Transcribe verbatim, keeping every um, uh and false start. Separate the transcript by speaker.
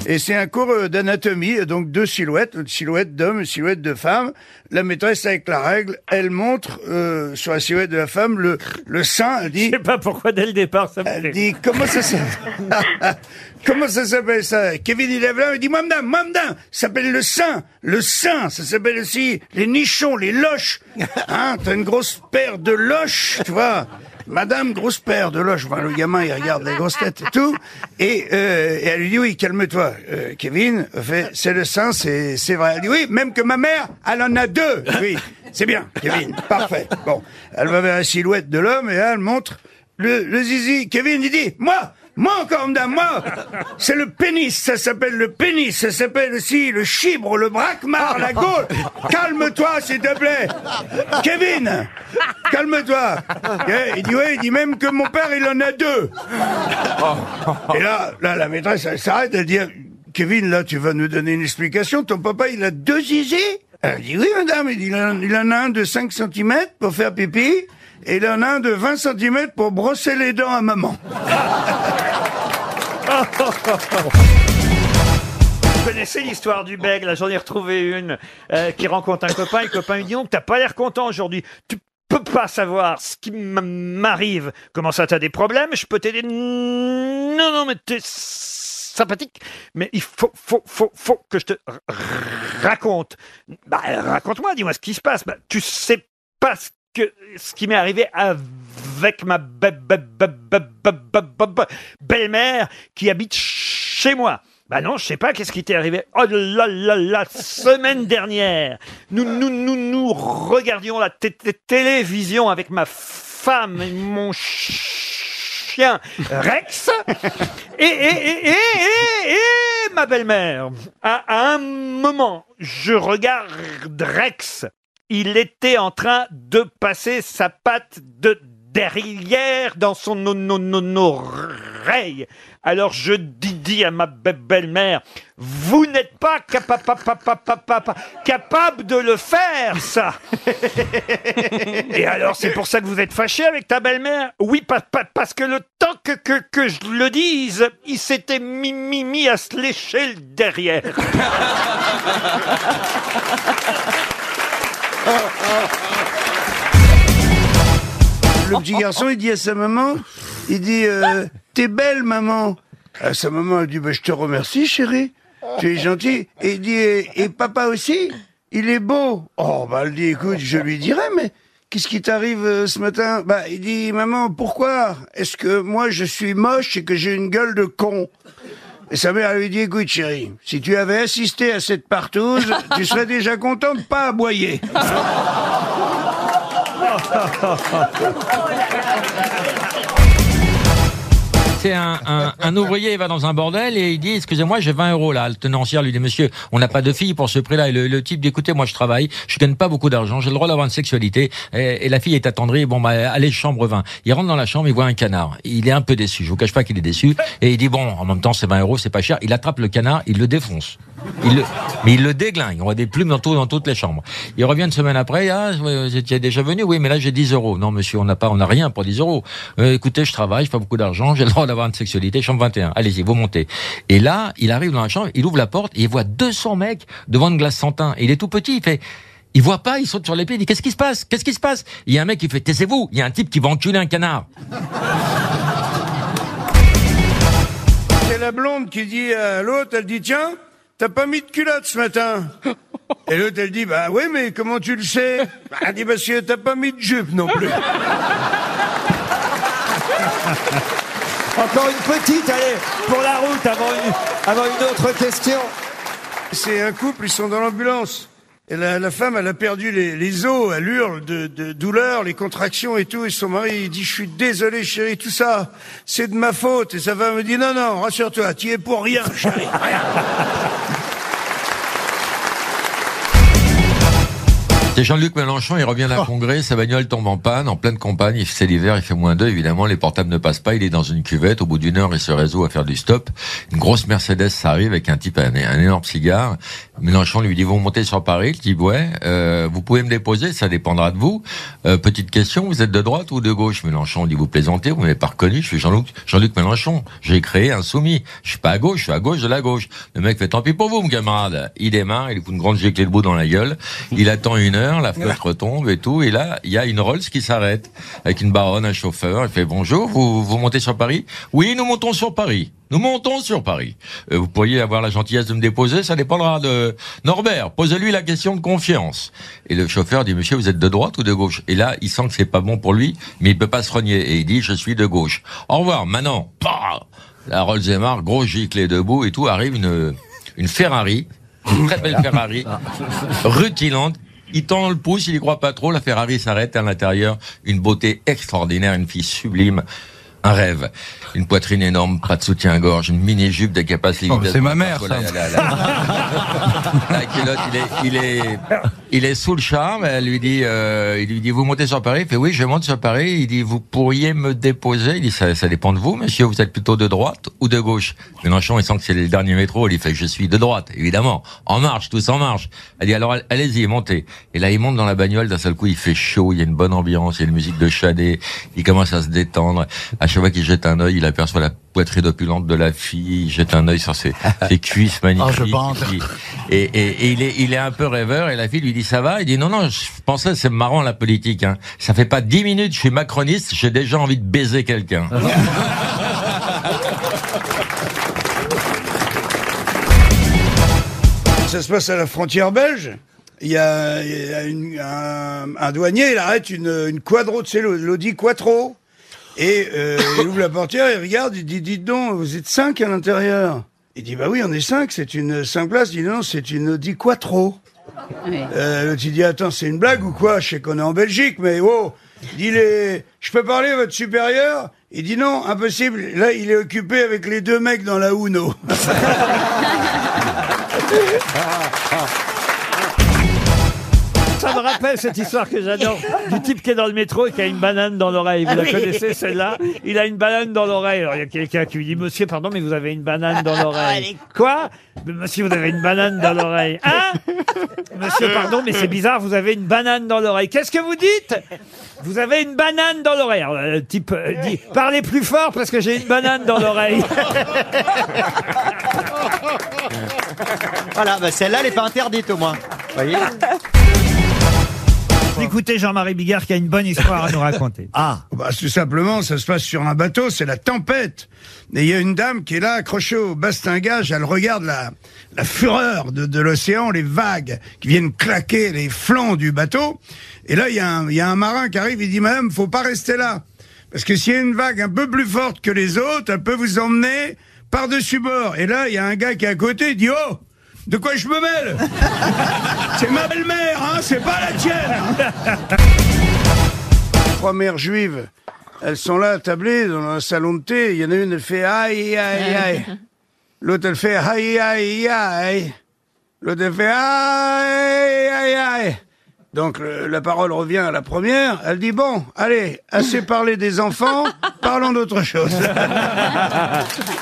Speaker 1: Et c'est un cours euh, d'anatomie, donc deux silhouettes, une silhouette d'homme, une silhouette de femme. La maîtresse, avec la règle, elle montre euh, sur la silhouette de la femme le, le sein. Elle dit...
Speaker 2: Je sais pas pourquoi dès le départ ça me
Speaker 1: Elle
Speaker 2: fait.
Speaker 1: dit, comment ça s'appelle? Comment ça s'appelle ça? Kevin, il lève là, il dit, moi, madame, moi, madame, ça s'appelle le sein. Le sein, ça s'appelle aussi les nichons, les loches. Hein, t'as une grosse paire de loches, tu vois. Madame, grosse paire de loches. Enfin, le gamin, il regarde les grosses têtes et tout. Et, euh, et elle lui dit, oui, calme-toi. Euh, Kevin fait, c'est le sein, c'est, c'est vrai. Elle dit, oui, même que ma mère, elle en a deux. Oui, c'est bien, Kevin. Parfait. Bon. Elle va vers la silhouette de l'homme et là, elle montre le, le zizi. Kevin, il dit, moi, moi encore, madame, moi, c'est le pénis, ça s'appelle le pénis, ça s'appelle aussi le chibre, le braquemar, la gaule. Calme-toi, s'il te plaît. Kevin, calme-toi. Il dit, ouais, il dit même que mon père, il en a deux. Et là, là, la maîtresse, elle s'arrête, elle dit, Kevin, là, tu vas nous donner une explication, ton papa, il a deux zizi? Elle dit, oui, madame, il, dit, il, en, il en a un de cinq centimètres pour faire pipi, et il en a un de vingt centimètres pour brosser les dents à maman.
Speaker 2: Vous connaissez l'histoire du bègue, là j'en ai retrouvé une euh, qui rencontre un copain, et le copain lui dit donc t'as pas l'air content aujourd'hui, tu peux pas savoir ce qui m'arrive. Comment ça, t'as des problèmes? Je peux t'aider? Non, non, mais t'es sympathique, mais il faut, faut, faut, faut que je te raconte. Bah, raconte-moi, dis-moi ce qui se passe. Bah, tu sais pas ce que ce qui m'est arrivé avec ma belle-mère qui habite chez moi. Bah non, je sais pas, qu'est-ce qui t'est arrivé? Oh là là, la semaine dernière, nous nous nous nous regardions la télévision avec ma femme et mon chien Rex et et et et et, et ma belle-mère. À, à un moment, je regarde Rex. Il était en train de passer sa patte de derrière dans son no, no, no, no, oreille. Alors je dis, dis à ma belle-mère, vous n'êtes pas capa, papa, papa, papa, capable de le faire, ça. Et alors c'est pour ça que vous êtes fâché avec ta belle-mère? Oui, pa, pa, parce que le temps que, que, que je le dise, il s'était mis, mis, mis à se lécher le derrière.
Speaker 1: Le petit garçon, il dit à sa maman, il dit, euh, t'es belle, maman. À sa maman, elle dit, bah, je te remercie, chérie. Tu es gentil. Et il dit, et, et papa aussi, il est beau. Oh, bah, elle dit, écoute, je lui dirai, mais qu'est-ce qui t'arrive euh, ce matin? Bah, il dit, maman, pourquoi est-ce que moi, je suis moche et que j'ai une gueule de con? Et sa mère lui dit, écoute chérie, si tu avais assisté à cette partouze, tu serais déjà content de pas aboyer.
Speaker 3: C'est un, un, un ouvrier, il va dans un bordel et il dit, excusez-moi, j'ai vingt euros là. Le tenancier lui dit, monsieur, on n'a pas de fille pour ce prix-là. Et le, le type dit, écoutez, moi je travaille, je gagne pas beaucoup d'argent, j'ai le droit d'avoir une sexualité. Et, et la fille est attendrie, bon bah allez, chambre vingt. Il rentre dans la chambre, il voit un canard. Il est un peu déçu, je vous cache pas qu'il est déçu. Et il dit, bon, en même temps c'est vingt euros, c'est pas cher. Il attrape le canard, il le défonce. Il le, mais il le déglingue, on voit des plumes dans, tout, dans toutes les chambres. Il revient une semaine après, ah, vous étiez déjà venu? Oui, mais là j'ai dix euros. Non monsieur, on n'a pas, on n'a rien pour dix euros. Euh, écoutez, je travaille, je fais pas beaucoup d'argent, j'ai le droit d'avoir une sexualité, chambre vingt et un. Allez-y, vous montez. Et là, il arrive dans la chambre, il ouvre la porte et il voit deux cents mecs devant une glace sans teint. Et il est tout petit, il fait, il voit pas, il saute sur les pieds, il dit, qu'est-ce qui se passe? Qu'est-ce qui se passe? Il y a un mec qui fait, taisez-vous, il y a un type qui va enculer un canard.
Speaker 1: C'est la blonde qui dit à l'autre, elle dit, tiens, t'as pas mis de culotte ce matin? Et l'autre, elle dit, bah oui, mais comment tu le sais? Bah, elle dit, parce que t'as pas mis de jupe non plus.
Speaker 4: Encore une petite, allez, pour la route, avant une, avant une autre question.
Speaker 1: C'est un couple, ils sont dans l'ambulance. Et la, la femme, elle a perdu les, les os, elle hurle de, de douleur, les contractions et tout. Et son mari, il dit, je suis désolé, chérie, tout ça, c'est de ma faute. Et sa femme me dit, non, non, rassure-toi, tu y es pour rien, chérie, rien.
Speaker 3: C'est Jean-Luc Mélenchon, il revient d'un congrès, sa bagnole tombe en panne, en pleine campagne, c'est l'hiver, il fait moins deux, évidemment, les portables ne passent pas, il est dans une cuvette, au bout d'une heure, il se résout à faire du stop. Une grosse Mercedes, ça arrive avec un type, un, un énorme cigare. Mélenchon lui dit, vous montez sur Paris? Il dit, ouais, euh, vous pouvez me déposer, ça dépendra de vous. Euh, petite question, vous êtes de droite ou de gauche? Mélenchon dit, vous plaisantez, vous m'avez pas reconnu, je suis Jean-Luc, Jean-Luc Mélenchon. J'ai créé Insoumis. Je suis pas à gauche, je suis à gauche de la gauche. Le mec fait, tant pis pour vous, mon camarade. Il démarre, il lui fout une grande giclée de boue dans la gueule. Il attend une heure, la flotte retombe et tout, et là, il y a une Rolls qui s'arrête, avec une baronne, un chauffeur, il fait, bonjour, vous, vous montez sur Paris? Oui, nous montons sur Paris. Nous montons sur Paris. Euh, vous pourriez avoir la gentillesse de me déposer, ça dépendra de Norbert. Posez-lui la question de confiance. Et le chauffeur dit, monsieur, vous êtes de droite ou de gauche? Et là, il sent que c'est pas bon pour lui, mais il peut pas se renier. Et il dit, je suis de gauche. Au revoir, maintenant. Pah, la Rolls démarre, gros giclée debout et tout, arrive une, une Ferrari, une très belle Ferrari, rutilante. Il tend le pouce, il y croit pas trop, la Ferrari s'arrête à l'intérieur, une beauté extraordinaire, une fille sublime. Un rêve. Une poitrine énorme, pas de soutien-gorge, une mini-jupe de capacité.
Speaker 5: Oh, c'est ma mère, ça.
Speaker 3: La, la, la, la culotte, il est, il est, il est sous le charme. Elle lui dit, euh, il lui dit, vous montez sur Paris? Il fait, oui, je monte sur Paris. Il dit, vous pourriez me déposer? Il dit, ça, ça dépend de vous, monsieur. Vous êtes plutôt de droite ou de gauche? Mélenchon, il sent que c'est le dernier métro. Il lui fait, je suis de droite, évidemment. En marche, tous en marche. Elle dit, alors, allez-y, montez. Et là, il monte dans la bagnole. D'un seul coup, il fait chaud. Il y a une bonne ambiance. Il y a une musique de Chadet. Il commence à se détendre. À chaque fois qu'il jette un œil, il aperçoit la poitrine opulente de la fille, il jette un œil sur ses, ses cuisses magnifiques.
Speaker 5: Oh, je pense.
Speaker 3: Et, et, et il est, il est un peu rêveur, et la fille lui dit, ça va? Il dit, non, non, je pensais, c'est marrant, la politique, hein. Ça fait pas dix minutes, je suis macroniste, j'ai déjà envie de baiser quelqu'un.
Speaker 1: Ça se passe à la frontière belge. Il y a, il y a une, un, un douanier, il arrête une, une Quadro, tu sais, l'Audi Quattro. Et euh, il ouvre la portière, il regarde, il dit, dites donc, vous êtes cinq à l'intérieur? Il dit, bah oui, on est cinq, c'est une cinq places. Il dit, non, c'est une Audi Quattro. Oui. Euh, l'autre, il dit, attends, c'est une blague ou quoi? Je sais qu'on est en Belgique, mais oh. Il dit, les... je peux parler à votre supérieur? Il dit, non, impossible. Là, il est occupé avec les deux mecs dans la Uno.
Speaker 2: Ça me rappelle cette histoire que j'adore du type qui est dans le métro et qui a une banane dans l'oreille. Vous la connaissez, celle-là? Il a une banane dans l'oreille. Alors il y a quelqu'un qui lui dit, monsieur, pardon, mais vous avez une banane dans l'oreille. Quoi? Monsieur, vous avez une banane dans l'oreille. Hein? Monsieur, pardon, mais c'est bizarre, vous avez une banane dans l'oreille. Qu'est-ce que vous dites? Vous avez une banane dans l'oreille. Alors le type euh, dit, parlez plus fort parce que j'ai une banane dans l'oreille.
Speaker 6: Voilà, bah celle-là, elle n'est pas interdite au moins. Vous voyez?
Speaker 2: Écoutez Jean-Marie Bigard qui a une bonne histoire à nous raconter.
Speaker 1: Ah, bah, tout simplement, ça se passe sur un bateau, c'est la tempête. Et il y a une dame qui est là, accrochée au bastingage, elle regarde la, la fureur de, de l'océan, les vagues qui viennent claquer les flancs du bateau. Et là, il y a un, il y a un marin qui arrive, il dit, madame, faut pas rester là. Parce que s'il y a une vague un peu plus forte que les autres, elle peut vous emmener par-dessus bord. Et là, il y a un gars qui est à côté, il dit, oh! De quoi je me mêle? C'est ma belle-mère, hein, c'est pas la tienne. Trois mères juives, elles sont là attablées dans un salon de thé. Il y en a une, elle fait aïe, aïe, aïe. L'autre, elle fait aïe, aïe, aïe. L'autre, elle fait aïe, aïe, aïe. Donc le, la parole revient à la première. Elle dit, bon, allez, assez parlé des enfants, parlons d'autre chose.